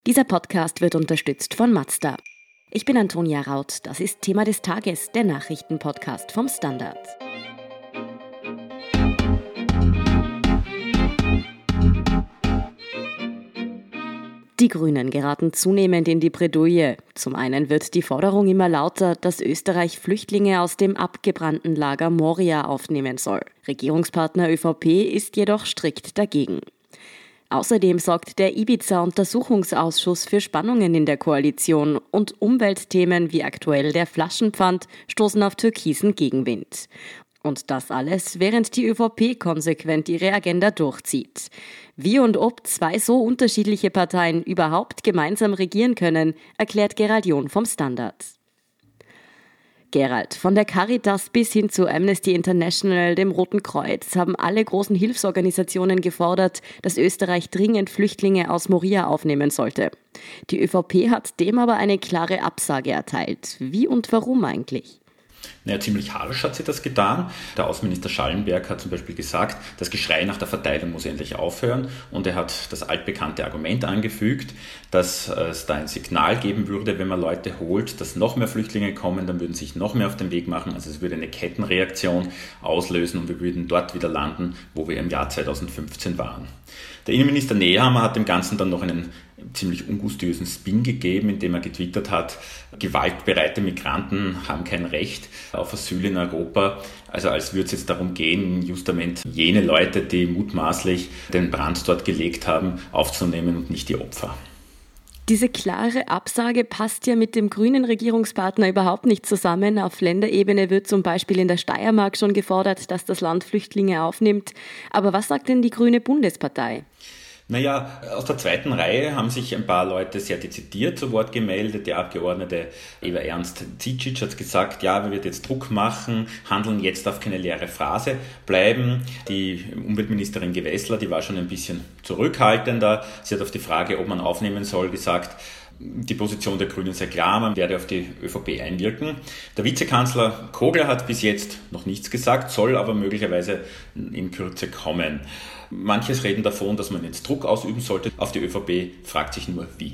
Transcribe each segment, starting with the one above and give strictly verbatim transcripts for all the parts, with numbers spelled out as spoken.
Dieser Podcast wird unterstützt von Mazda. Ich bin Antonia Raut, das ist Thema des Tages, der Nachrichtenpodcast vom Standard. Die Grünen geraten zunehmend in die Bredouille. Zum einen wird die Forderung immer lauter, dass Österreich Flüchtlinge aus dem abgebrannten Lager Moria aufnehmen soll. Regierungspartner ÖVP ist jedoch strikt dagegen. Außerdem sorgt der Ibiza-Untersuchungsausschuss für Spannungen in der Koalition und Umweltthemen wie aktuell der Flaschenpfand stoßen auf türkisen Gegenwind. Und das alles, während die ÖVP konsequent ihre Agenda durchzieht. Wie und ob zwei so unterschiedliche Parteien überhaupt gemeinsam regieren können, erklärt Gerald John vom Standard. Gerald, von der Caritas bis hin zu Amnesty International, dem Roten Kreuz, haben alle großen Hilfsorganisationen gefordert, dass Österreich dringend Flüchtlinge aus Moria aufnehmen sollte. Die ÖVP hat dem aber eine klare Absage erteilt. Wie und warum eigentlich? Naja, ziemlich harsch hat sie das getan. Der Außenminister Schallenberg hat zum Beispiel gesagt, das Geschrei nach der Verteilung muss endlich aufhören. Und er hat das altbekannte Argument angefügt, dass es da ein Signal geben würde, wenn man Leute holt, dass noch mehr Flüchtlinge kommen, dann würden sich noch mehr auf den Weg machen. Also es würde eine Kettenreaktion auslösen und wir würden dort wieder landen, wo wir im Jahr zweitausendfünfzehn waren. Der Innenminister Nehammer hat dem Ganzen dann noch einen ziemlich ungustiösen Spin gegeben, indem er getwittert hat, gewaltbereite Migranten haben kein Recht auf Asyl in Europa. Also als würde es jetzt darum gehen, justament jene Leute, die mutmaßlich den Brand dort gelegt haben, aufzunehmen und nicht die Opfer. Diese klare Absage passt ja mit dem grünen Regierungspartner überhaupt nicht zusammen. Auf Länderebene wird zum Beispiel in der Steiermark schon gefordert, dass das Land Flüchtlinge aufnimmt. Aber was sagt denn die grüne Bundespartei? Naja, aus der zweiten Reihe haben sich ein paar Leute sehr dezidiert zu Wort gemeldet. Die Abgeordnete Eva Ernst-Zicic hat gesagt, ja, wir werden jetzt Druck machen, Handeln jetzt darf keine leere Phrase bleiben. Die Umweltministerin Gewessler, die war schon ein bisschen zurückhaltender. Sie hat auf die Frage, ob man aufnehmen soll, gesagt, die Position der Grünen sei klar, man werde auf die ÖVP einwirken. Der Vizekanzler Kogler hat bis jetzt noch nichts gesagt, soll aber möglicherweise in Kürze kommen. Manches reden davon, dass man jetzt Druck ausüben sollte auf die ÖVP, fragt sich nur wie.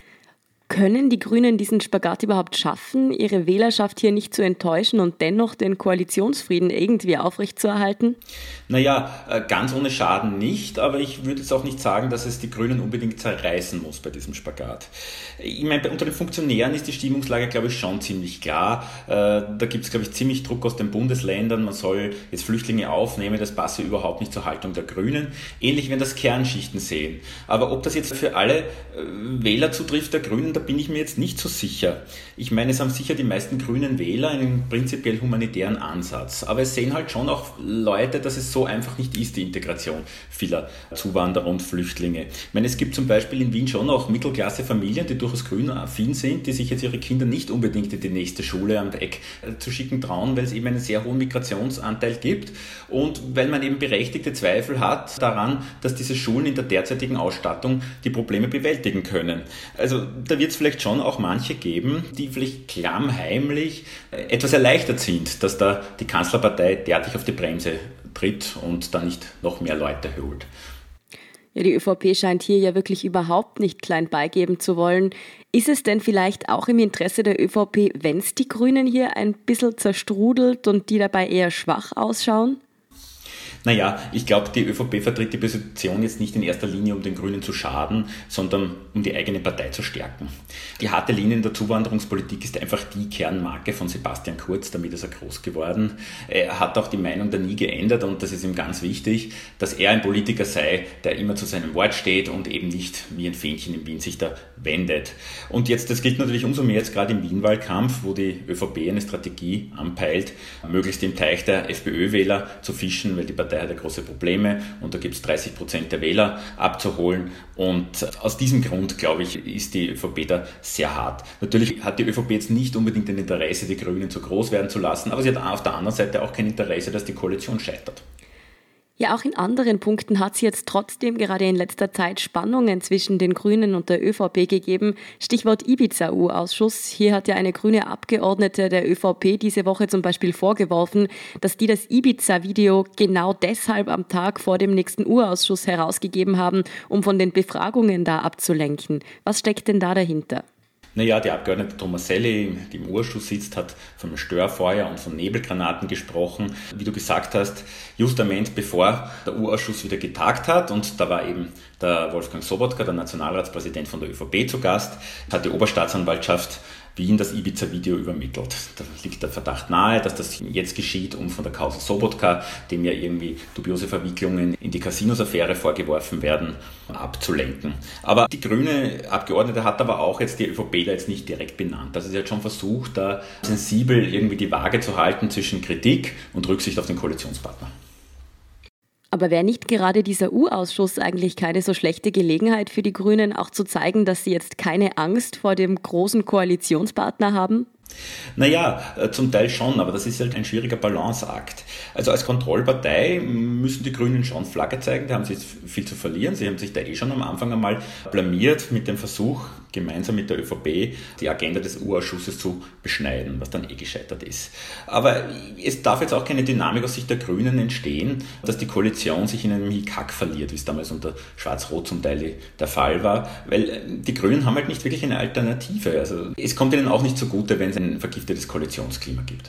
Können die Grünen diesen Spagat überhaupt schaffen, ihre Wählerschaft hier nicht zu enttäuschen und dennoch den Koalitionsfrieden irgendwie aufrechtzuerhalten? Naja, ganz ohne Schaden nicht, aber ich würde jetzt auch nicht sagen, dass es die Grünen unbedingt zerreißen muss bei diesem Spagat. Ich meine, unter den Funktionären ist die Stimmungslage, glaube ich, schon ziemlich klar. Da gibt es, glaube ich, ziemlich Druck aus den Bundesländern, man soll jetzt Flüchtlinge aufnehmen, das passe überhaupt nicht zur Haltung der Grünen. Ähnlich werden das Kernschichten sehen. Aber ob das jetzt für alle Wähler zutrifft der Grünen, da bin ich mir jetzt nicht so sicher. Ich meine, es haben sicher die meisten grünen Wähler einen prinzipiell humanitären Ansatz. Aber es sehen halt schon auch Leute, dass es so einfach nicht ist, die Integration vieler Zuwanderer und Flüchtlinge. Ich meine, es gibt zum Beispiel in Wien schon auch Mittelklasse-Familien, die durchaus grün-affin sind, die sich jetzt ihre Kinder nicht unbedingt in die nächste Schule am Eck zu schicken trauen, weil es eben einen sehr hohen Migrationsanteil gibt und weil man eben berechtigte Zweifel hat daran, dass diese Schulen in der derzeitigen Ausstattung die Probleme bewältigen können. Also da wird es vielleicht schon auch manche geben, die vielleicht klammheimlich etwas erleichtert sind, dass da die Kanzlerpartei derartig auf die Bremse tritt und dann nicht noch mehr Leute holt. Ja, die ÖVP scheint hier ja wirklich überhaupt nicht klein beigeben zu wollen. Ist es denn vielleicht auch im Interesse der ÖVP, wenn es die Grünen hier ein bisschen zerstrudelt und die dabei eher schwach ausschauen? Naja, ich glaube, die ÖVP vertritt die Position jetzt nicht in erster Linie, um den Grünen zu schaden, sondern um die eigene Partei zu stärken. Die harte Linie in der Zuwanderungspolitik ist einfach die Kernmarke von Sebastian Kurz, damit ist er groß geworden. Er hat auch die Meinung da nie geändert und das ist ihm ganz wichtig, dass er ein Politiker sei, der immer zu seinem Wort steht und eben nicht wie ein Fähnchen in Wien sich da wendet. Und jetzt, das gilt natürlich umso mehr jetzt gerade im Wien-Wahlkampf, wo die ÖVP eine Strategie anpeilt, möglichst im Teich der FPÖ-Wähler zu fischen, weil die Partei hat ja große Probleme und da gibt es dreißig Prozent der Wähler abzuholen und aus diesem Grund, glaube ich, ist die ÖVP da sehr hart. Natürlich hat die ÖVP jetzt nicht unbedingt ein Interesse, die Grünen zu groß werden zu lassen, aber sie hat auf der anderen Seite auch kein Interesse, dass die Koalition scheitert. Ja, auch in anderen Punkten hat es jetzt trotzdem gerade in letzter Zeit Spannungen zwischen den Grünen und der ÖVP gegeben. Stichwort Ibiza-U Ausschuss. Hier hat ja eine grüne Abgeordnete der ÖVP diese Woche zum Beispiel vorgeworfen, dass die das Ibiza-Video genau deshalb am Tag vor dem nächsten U-Ausschuss herausgegeben haben, um von den Befragungen da abzulenken. Was steckt denn da dahinter? Naja, die Abgeordnete Tomaselli, die im Urschuss sitzt, hat vom Störfeuer und von Nebelgranaten gesprochen. Wie du gesagt hast, justament bevor der U-Ausschuss wieder getagt hat, und da war eben der Wolfgang Sobotka, der Nationalratspräsident von der ÖVP, zu Gast, hat die Oberstaatsanwaltschaft Wien das Ibiza-Video übermittelt. Da liegt der Verdacht nahe, dass das jetzt geschieht, um von der Causa Sobotka, dem ja irgendwie dubiose Verwicklungen in die Casinos-Affäre vorgeworfen werden, abzulenken. Aber die grüne Abgeordnete hat aber auch jetzt die ÖVP da jetzt nicht direkt benannt. Also sie hat schon versucht, da sensibel irgendwie die Waage zu halten zwischen Kritik und Rücksicht auf den Koalitionspartner. Aber wäre nicht gerade dieser U-Ausschuss eigentlich keine so schlechte Gelegenheit für die Grünen, auch zu zeigen, dass sie jetzt keine Angst vor dem großen Koalitionspartner haben? Naja, zum Teil schon, aber das ist halt ein schwieriger Balanceakt. Also als Kontrollpartei müssen die Grünen schon Flagge zeigen, da haben sie jetzt viel zu verlieren. Sie haben sich da eh schon am Anfang einmal blamiert mit dem Versuch, gemeinsam mit der ÖVP die Agenda des U-Ausschusses zu beschneiden, was dann eh gescheitert ist. Aber es darf jetzt auch keine Dynamik aus Sicht der Grünen entstehen, dass die Koalition sich in einem Hickhack verliert, wie es damals unter Schwarz-Rot zum Teil der Fall war, weil die Grünen haben halt nicht wirklich eine Alternative. Also es kommt ihnen auch nicht zugute, wenn es ein vergiftetes Koalitionsklima gibt.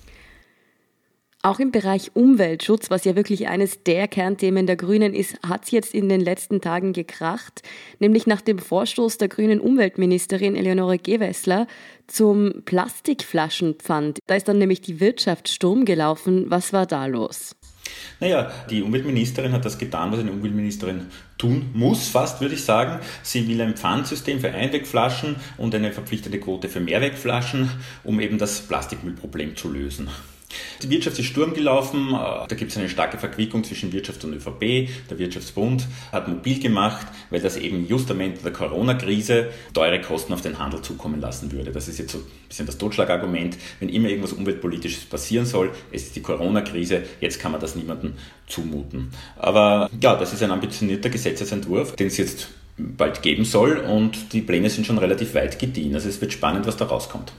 Auch im Bereich Umweltschutz, was ja wirklich eines der Kernthemen der Grünen ist, hat es jetzt in den letzten Tagen gekracht, nämlich nach dem Vorstoß der grünen Umweltministerin Eleonore Gewessler zum Plastikflaschenpfand. Da ist dann nämlich die Wirtschaft Sturm gelaufen. Was war da los? Naja, die Umweltministerin hat das getan, was eine Umweltministerin tun muss, fast würde ich sagen. Sie will ein Pfandsystem für Einwegflaschen und eine verpflichtende Quote für Mehrwegflaschen, um eben das Plastikmüllproblem zu lösen. Die Wirtschaft ist Sturm gelaufen, da gibt es eine starke Verquickung zwischen Wirtschaft und ÖVP. Der Wirtschaftsbund hat mobil gemacht, weil das eben justament in der Corona-Krise teure Kosten auf den Handel zukommen lassen würde. Das ist jetzt so ein bisschen das Totschlagargument, wenn immer irgendwas Umweltpolitisches passieren soll, es ist die Corona-Krise, jetzt kann man das niemandem zumuten. Aber ja, das ist ein ambitionierter Gesetzesentwurf, den es jetzt bald geben soll, und die Pläne sind schon relativ weit gediehen. Also es wird spannend, was da rauskommt.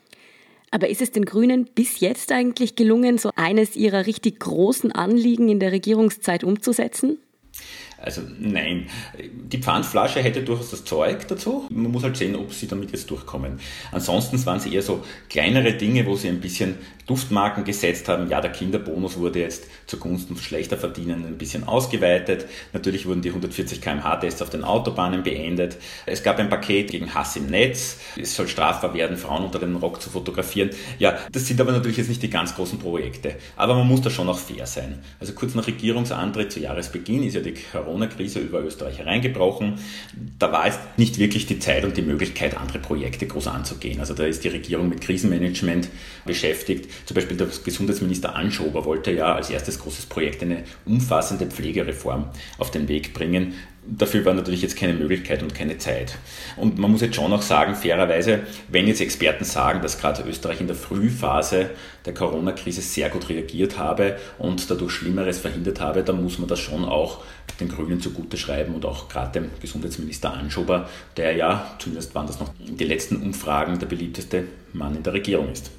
Aber ist es den Grünen bis jetzt eigentlich gelungen, so eines ihrer richtig großen Anliegen in der Regierungszeit umzusetzen? Also nein, die Pfandflasche hätte durchaus das Zeug dazu. Man muss halt sehen, ob sie damit jetzt durchkommen. Ansonsten waren es eher so kleinere Dinge, wo sie ein bisschen Duftmarken gesetzt haben. Ja, der Kinderbonus wurde jetzt zugunsten schlechter Verdienenden ein bisschen ausgeweitet. Natürlich wurden die hundertvierzig Kilometer pro Stunde Tests auf den Autobahnen beendet. Es gab ein Paket gegen Hass im Netz. Es soll strafbar werden, Frauen unter dem Rock zu fotografieren. Ja, das sind aber natürlich jetzt nicht die ganz großen Projekte. Aber man muss da schon auch fair sein. Also kurz nach Regierungsantritt zu Jahresbeginn ist ja die Corona-Krise über Österreich hereingebrochen. Da war es nicht wirklich die Zeit und die Möglichkeit, andere Projekte groß anzugehen. Also da ist die Regierung mit Krisenmanagement beschäftigt. Zum Beispiel der Gesundheitsminister Anschober wollte ja als erstes großes Projekt eine umfassende Pflegereform auf den Weg bringen. Dafür war natürlich jetzt keine Möglichkeit und keine Zeit. Und man muss jetzt schon auch sagen, fairerweise, wenn jetzt Experten sagen, dass gerade Österreich in der Frühphase der Corona-Krise sehr gut reagiert habe und dadurch Schlimmeres verhindert habe, dann muss man das schon auch den Grünen zugute schreiben und auch gerade dem Gesundheitsminister Anschober, der ja, zumindest waren das noch die letzten Umfragen, der beliebteste Mann in der Regierung ist.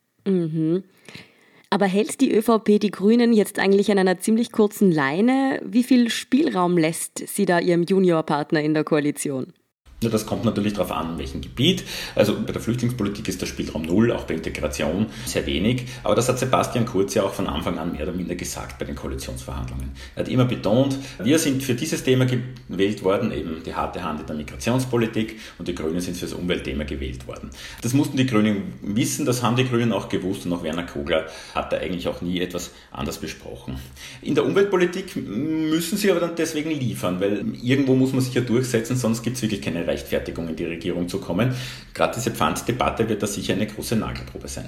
Mhm. Aber hält die ÖVP die Grünen jetzt eigentlich an einer ziemlich kurzen Leine? Wie viel Spielraum lässt sie da ihrem Juniorpartner in der Koalition? Ja, das kommt natürlich darauf an, in welchem Gebiet. Also bei der Flüchtlingspolitik ist der Spielraum null, auch bei Integration sehr wenig. Aber das hat Sebastian Kurz ja auch von Anfang an mehr oder minder gesagt bei den Koalitionsverhandlungen. Er hat immer betont, wir sind für dieses Thema gewählt worden, eben die harte Hand in der Migrationspolitik, und die Grünen sind für das Umweltthema gewählt worden. Das mussten die Grünen wissen, das haben die Grünen auch gewusst, und auch Werner Kogler hat da eigentlich auch nie etwas anders besprochen. In der Umweltpolitik müssen sie aber dann deswegen liefern, weil irgendwo muss man sich ja durchsetzen, sonst gibt es wirklich keine Rechtfertigung, in die Regierung zu kommen. Gerade diese Pfanddebatte wird da sicher eine große Nagelprobe sein.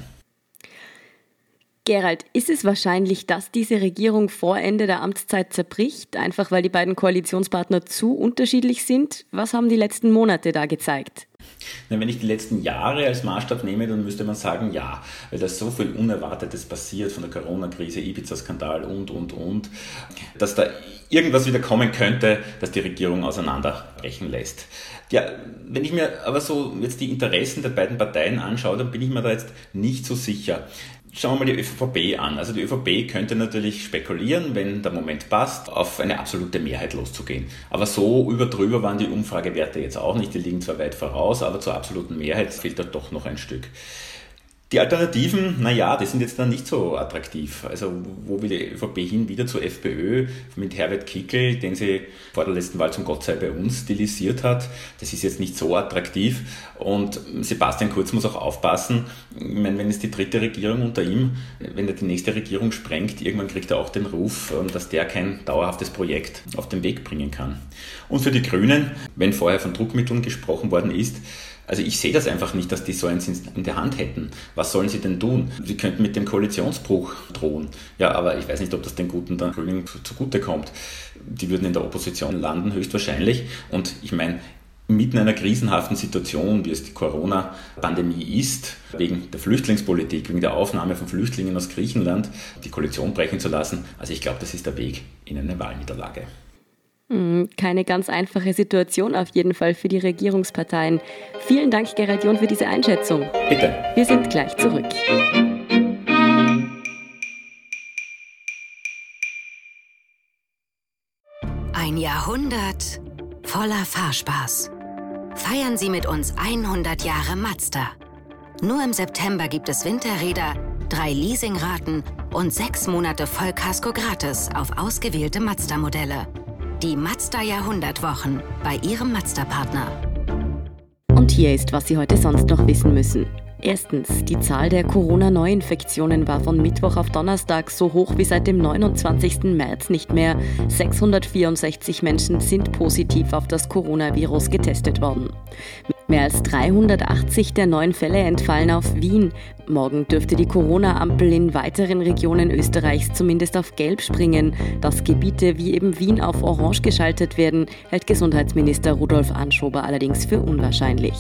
Gerald, ist es wahrscheinlich, dass diese Regierung vor Ende der Amtszeit zerbricht, einfach weil die beiden Koalitionspartner zu unterschiedlich sind? Was haben die letzten Monate da gezeigt? Wenn ich die letzten Jahre als Maßstab nehme, dann müsste man sagen, ja, weil da so viel Unerwartetes passiert von der Corona-Krise, Ibiza-Skandal und, und, und, dass da irgendwas wieder kommen könnte, das die Regierung auseinanderbrechen lässt. Ja, wenn ich mir aber so jetzt die Interessen der beiden Parteien anschaue, dann bin ich mir da jetzt nicht so sicher. Schauen wir mal die ÖVP an. Also die ÖVP könnte natürlich spekulieren, wenn der Moment passt, auf eine absolute Mehrheit loszugehen. Aber so überdrüber waren die Umfragewerte jetzt auch nicht. Die liegen zwar weit voraus, aber zur absoluten Mehrheit fehlt da doch noch ein Stück. Die Alternativen, naja, die sind jetzt dann nicht so attraktiv. Also wo will die ÖVP hin? Wieder zur FPÖ mit Herbert Kickl, den sie vor der letzten Wahl zum Gott sei bei uns stilisiert hat. Das ist jetzt nicht so attraktiv. Und Sebastian Kurz muss auch aufpassen. Ich meine, wenn es die dritte Regierung unter ihm, wenn er die nächste Regierung sprengt, irgendwann kriegt er auch den Ruf, dass der kein dauerhaftes Projekt auf den Weg bringen kann. Und für die Grünen, wenn vorher von Druckmitteln gesprochen worden ist, also ich sehe das einfach nicht, dass die so eins in der Hand hätten. Was sollen sie denn tun? Sie könnten mit dem Koalitionsbruch drohen. Ja, aber ich weiß nicht, ob das den Guten der Grünen zugute kommt. Die würden in der Opposition landen, höchstwahrscheinlich. Und ich meine, mitten in einer krisenhaften Situation, wie es die Corona-Pandemie ist, wegen der Flüchtlingspolitik, wegen der Aufnahme von Flüchtlingen aus Griechenland, die Koalition brechen zu lassen. Also ich glaube, das ist der Weg in eine Wahlniederlage. Keine ganz einfache Situation auf jeden Fall für die Regierungsparteien. Vielen Dank, Gerald John, für diese Einschätzung. Bitte. Wir sind gleich zurück. Ein Jahrhundert voller Fahrspaß. Feiern Sie mit uns hundert Jahre Mazda. Nur im September gibt es Winterräder, drei Leasingraten und sechs Monate Vollkasko gratis auf ausgewählte Mazda-Modelle. Die Mazda-Jahrhundertwochen bei Ihrem Mazda-Partner. Und hier ist, was Sie heute sonst noch wissen müssen. Erstens, die Zahl der Corona-Neuinfektionen war von Mittwoch auf Donnerstag so hoch wie seit dem neunundzwanzigsten März nicht mehr. sechshundertvierundsechzig Menschen sind positiv auf das Coronavirus getestet worden. Mehr als dreihundertachtzig der neuen Fälle entfallen auf Wien. Morgen dürfte die Corona-Ampel in weiteren Regionen Österreichs zumindest auf Gelb springen. Dass Gebiete wie eben Wien auf Orange geschaltet werden, hält Gesundheitsminister Rudolf Anschober allerdings für unwahrscheinlich.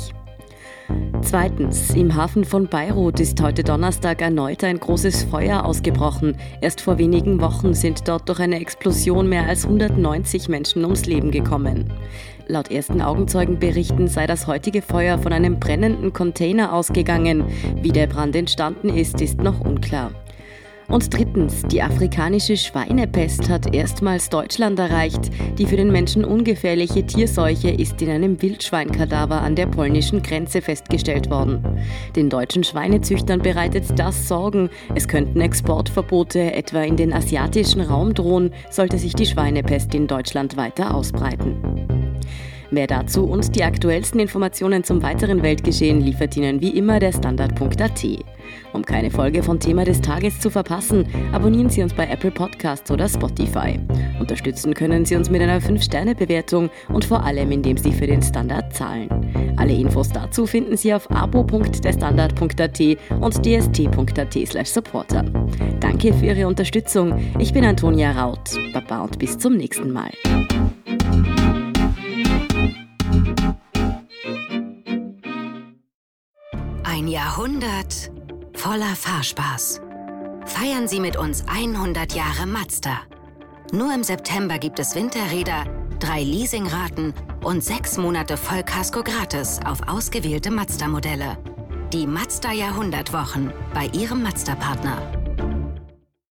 Zweitens, im Hafen von Beirut ist heute Donnerstag erneut ein großes Feuer ausgebrochen. Erst vor wenigen Wochen sind dort durch eine Explosion mehr als hundertneunzig Menschen ums Leben gekommen. Laut ersten Augenzeugenberichten sei das heutige Feuer von einem brennenden Container ausgegangen. Wie der Brand entstanden ist, ist noch unklar. Und drittens, die afrikanische Schweinepest hat erstmals Deutschland erreicht. Die für den Menschen ungefährliche Tierseuche ist in einem Wildschweinkadaver an der polnischen Grenze festgestellt worden. Den deutschen Schweinezüchtern bereitet das Sorgen. Es könnten Exportverbote etwa in den asiatischen Raum drohen, sollte sich die Schweinepest in Deutschland weiter ausbreiten. Mehr dazu und die aktuellsten Informationen zum weiteren Weltgeschehen liefert Ihnen wie immer der Standard punkt a t. Um keine Folge von Thema des Tages zu verpassen, abonnieren Sie uns bei Apple Podcasts oder Spotify. Unterstützen können Sie uns mit einer fünf Sterne Bewertung und vor allem, indem Sie für den Standard zahlen. Alle Infos dazu finden Sie auf abo punkt der standard punkt a t und d s t punkt a t slash supporter. Danke für Ihre Unterstützung. Ich bin Antonia Raut. Baba und bis zum nächsten Mal. Ein Jahrhundert voller Fahrspaß. Feiern Sie mit uns hundert Jahre Mazda. Nur im September gibt es Winterräder, drei Leasingraten und sechs Monate Vollkasko gratis auf ausgewählte Mazda-Modelle. Die Mazda-Jahrhundertwochen bei Ihrem Mazda-Partner.